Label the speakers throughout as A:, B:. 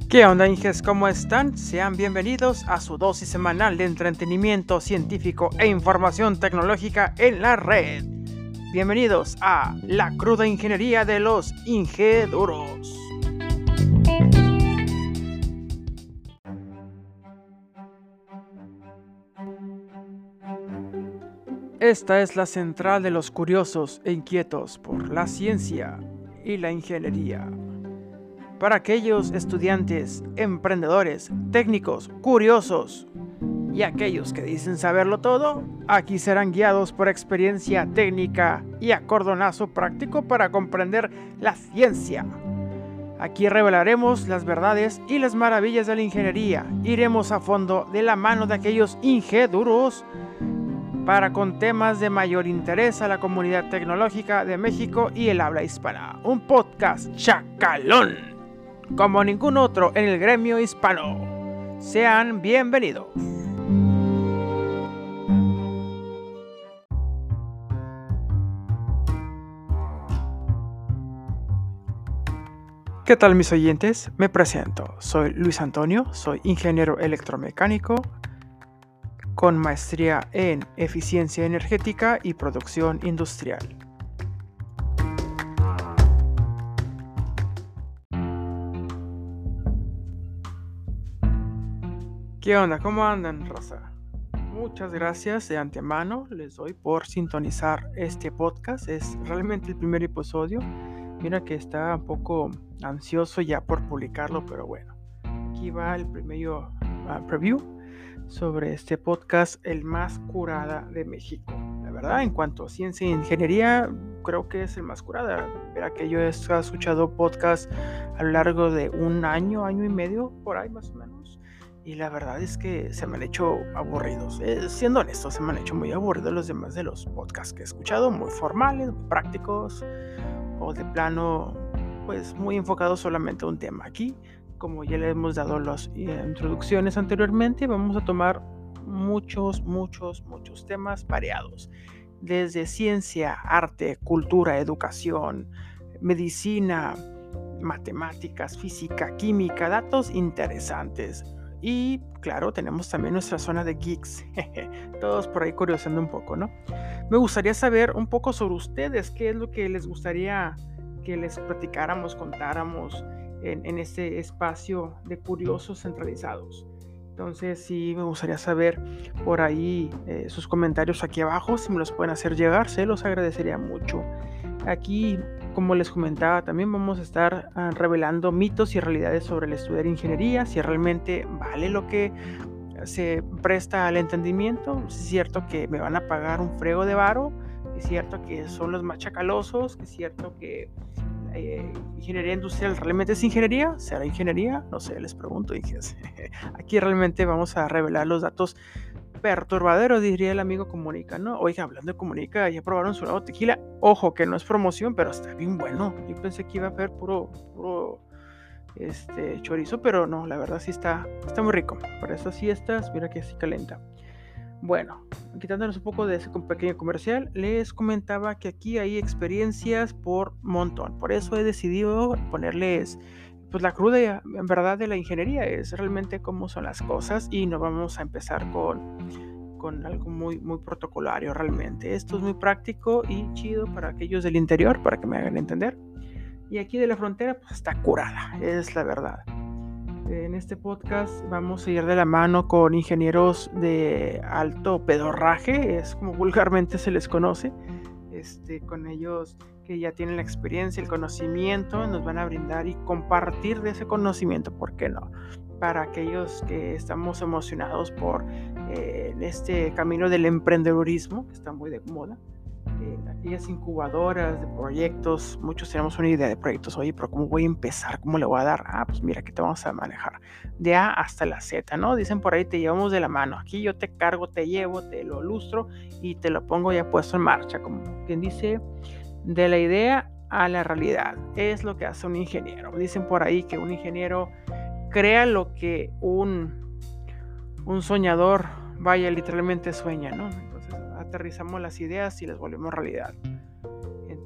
A: ¿Qué onda, Inges? ¿Cómo están? Sean bienvenidos a su dosis semanal de entretenimiento científico e información tecnológica en la red. Bienvenidos a La Cruda Ingeniería de los Ingeduros. Esta es la central de los curiosos e inquietos por la ciencia y la ingeniería. Para aquellos estudiantes, emprendedores, técnicos, curiosos y aquellos que dicen saberlo todo, aquí serán guiados por experiencia técnica y acordonazo práctico para comprender la ciencia. Aquí revelaremos las verdades y las maravillas de la ingeniería. Iremos a fondo de la mano de aquellos ingeduros para con temas de mayor interés a la comunidad tecnológica de México y el habla hispana. Un podcast chacalón como ningún otro en el gremio hispano. Sean bienvenidos. ¿Qué tal, mis oyentes? Me presento. Soy Luis Antonio, soy ingeniero electromecánico con maestría en eficiencia energética y producción industrial. ¿Qué onda? ¿Cómo andan, raza? Muchas gracias de antemano les doy por sintonizar este podcast. Es realmente el primer episodio. Mira que está un poco ansioso ya por publicarlo, pero bueno. Aquí va el primer preview sobre este podcast, el más curada de México. La verdad, en cuanto a ciencia e ingeniería, creo que es el más curada. Verá que yo he escuchado podcasts a lo largo de un año y medio, por ahí más o menos. Y la verdad es que se me han hecho aburridos. Siendo honesto, se me han hecho muy aburridos los demás de los podcasts que he escuchado, muy formales, muy prácticos, o de plano, pues muy enfocados solamente a un tema. Aquí, como ya le hemos dado las introducciones anteriormente, vamos a tomar muchos temas variados. Desde ciencia, arte, cultura, educación, medicina, matemáticas, física, química, datos interesantes. Y claro, tenemos también nuestra zona de geeks, todos por ahí curioseando un poco, ¿no? Me gustaría saber un poco sobre ustedes, qué es lo que les gustaría que les platicáramos, contáramos en este espacio de curiosos centralizados. Entonces sí, me gustaría saber por ahí sus comentarios aquí abajo, si me los pueden hacer llegar, se los agradecería mucho. Aquí, como les comentaba, también vamos a estar revelando mitos y realidades sobre el estudiar ingeniería, si realmente vale lo que se presta al entendimiento. Es cierto que me van a pagar un frego de varo, es cierto que son los más chacalosos, es cierto que ingeniería industrial realmente es ingeniería, ¿será ingeniería? No sé, les pregunto. Aquí realmente vamos a revelar los datos perturbaderos, diría el amigo Comunica, ¿no? Oiga, hablando de Comunica, ya probaron su nuevo tequila. Ojo, que no es promoción, pero está bien bueno. Yo pensé que iba a haber puro chorizo, pero no, la verdad sí está muy rico. Para estas fiestas, mira que sí calenta. Bueno, quitándonos un poco de ese pequeño comercial, les comentaba que aquí hay experiencias por montón. Por eso he decidido ponerles pues la cruda en verdad de la ingeniería, es realmente cómo son las cosas, y no vamos a empezar con algo muy protocolario realmente. Esto es muy práctico y chido para aquellos del interior, para que me hagan entender. Y aquí de la frontera pues está curada, es la verdad. En este podcast vamos a ir de la mano con ingenieros de alto pedorraje, es como vulgarmente se les conoce. Con ellos que ya tienen la experiencia, el conocimiento, nos van a brindar y compartir de ese conocimiento, ¿por qué no? Para aquellos que estamos emocionados por este camino del emprendedurismo, que está muy de moda. Aquellas incubadoras de proyectos, muchos tenemos una idea de proyectos. Oye, pero ¿cómo voy a empezar? ¿Cómo le voy a dar? Pues mira, aquí te vamos a manejar de A hasta la Z, ¿no? Dicen por ahí, te llevamos de la mano. Aquí yo te cargo, te llevo, te lo lustro y te lo pongo ya puesto en marcha, como quien dice, de la idea a la realidad. Es lo que hace un ingeniero. Dicen por ahí que un ingeniero crea lo que un soñador, literalmente sueña, ¿no? Entonces aterrizamos las ideas y las volvemos realidad.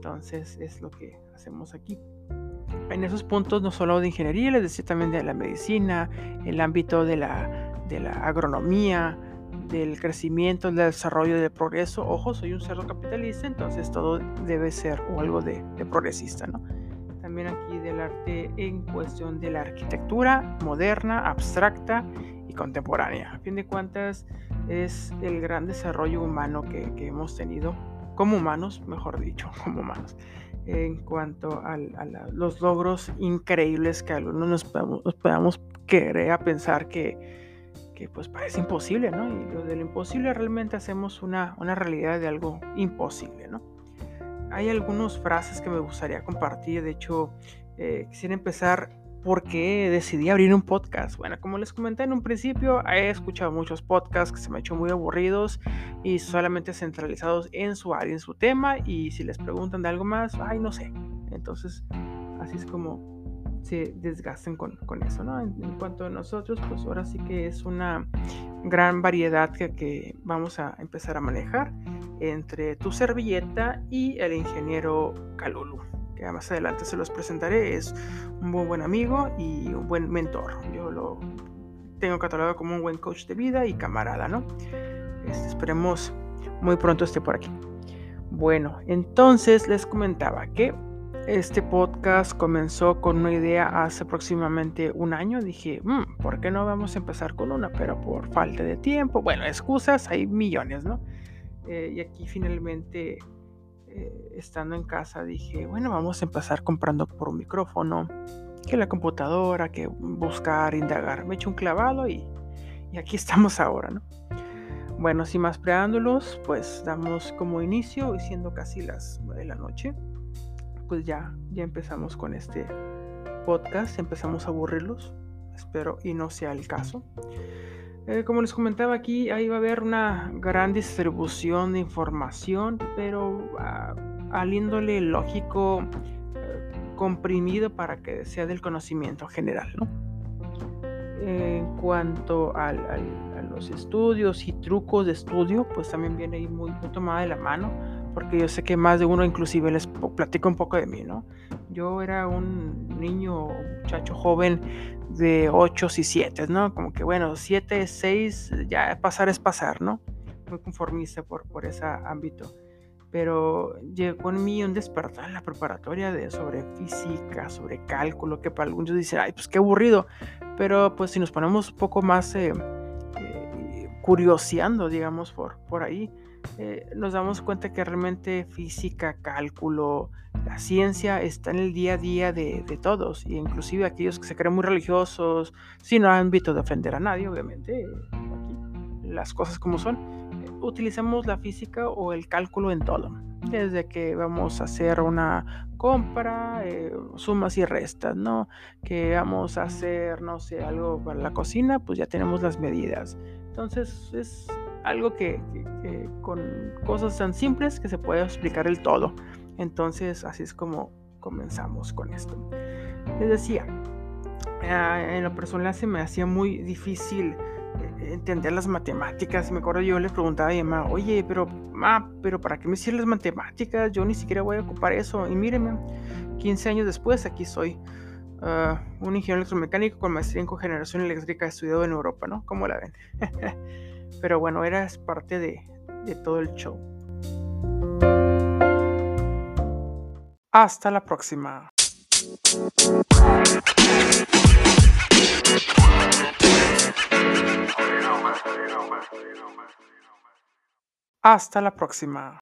A: Entonces es lo que hacemos aquí. En esos puntos no solo de ingeniería, les decía también de la medicina, el ámbito de la agronomía, del crecimiento, del desarrollo, del progreso. Ojo, soy un cerdo capitalista, entonces todo debe ser o algo de progresista, ¿no? También aquí del arte en cuestión de la arquitectura moderna, abstracta y contemporánea. A fin de cuentas, es el gran desarrollo humano que hemos tenido como humanos, mejor dicho, como humanos, en cuanto a los logros increíbles que algunos nos podamos querer a pensar que pues parece imposible, ¿no? Y lo del imposible realmente hacemos una realidad de algo imposible, ¿no? Hay algunas frases que me gustaría compartir. De hecho, quisiera empezar por qué decidí abrir un podcast. Bueno, como les comenté en un principio, he escuchado muchos podcasts que se me han hecho muy aburridos y solamente centralizados en su área, en su tema. Y si les preguntan de algo más, ay, no sé. Entonces, así es como se desgastan con eso, ¿no? En cuanto a nosotros, pues ahora sí que es una gran variedad que vamos a empezar a manejar entre tu servilleta y el ingeniero Calulu, que más adelante se los presentaré. Es un muy buen amigo y un buen mentor. Yo lo tengo catalogado como un buen coach de vida y camarada, ¿no? Esperemos muy pronto esté por aquí. Bueno, entonces les comentaba que este podcast comenzó con una idea hace aproximadamente un año. Dije, ¿por qué no vamos a empezar con una? Pero por falta de tiempo, bueno, excusas hay millones, ¿no? Y aquí finalmente, estando en casa, dije, bueno, vamos a empezar comprando por un micrófono, que la computadora, que buscar, indagar. Me eché un clavado y aquí estamos ahora, ¿no? Bueno, sin más preámbulos, pues damos como inicio, y siendo casi las 9 de la noche, pues ya empezamos con este podcast, empezamos a aburrirlos, espero y no sea el caso. Como les comentaba aquí, ahí va a haber una gran distribución de información, pero al índole lógico, comprimido para que sea del conocimiento general, ¿no? En cuanto a los estudios y trucos de estudio, pues también viene ahí muy tomada de la mano, porque yo sé que más de uno inclusive les platico un poco de mí, ¿no? Yo era un niño, muchacho joven de 8 y 7, ¿no? Como que bueno, 7, 6, ya pasar es pasar, ¿no? Muy conformista por ese ámbito. Pero llegó en mí un despertar en la preparatoria sobre física, sobre cálculo, que para algunos dicen, ay, pues qué aburrido. Pero pues si nos ponemos un poco más curioseando, digamos, por ahí, nos damos cuenta que realmente física, cálculo, la ciencia está en el día a día de todos, e inclusive aquellos que se creen muy religiosos, sin ámbito de ofender a nadie, obviamente, aquí las cosas como son. Utilizamos la física o el cálculo en todo, desde que vamos a hacer una compra, sumas y restas, ¿no? Que vamos a hacer, no sé, algo para la cocina, pues ya tenemos las medidas. Entonces es algo que con cosas tan simples que se puede explicar el todo. Entonces así es como comenzamos con esto. Les decía, en lo personal se me hacía muy difícil entender las matemáticas. Me acuerdo, yo le preguntaba a mi mamá, oye, pero ¿para qué me sirven las matemáticas? Yo ni siquiera voy a ocupar eso. Y míreme, 15 años después, aquí soy un ingeniero electromecánico con maestría en cogeneración eléctrica, estudiado en Europa, ¿no? ¿Cómo la ven? Pero bueno, era parte de todo el show. Hasta la próxima. Hasta la próxima.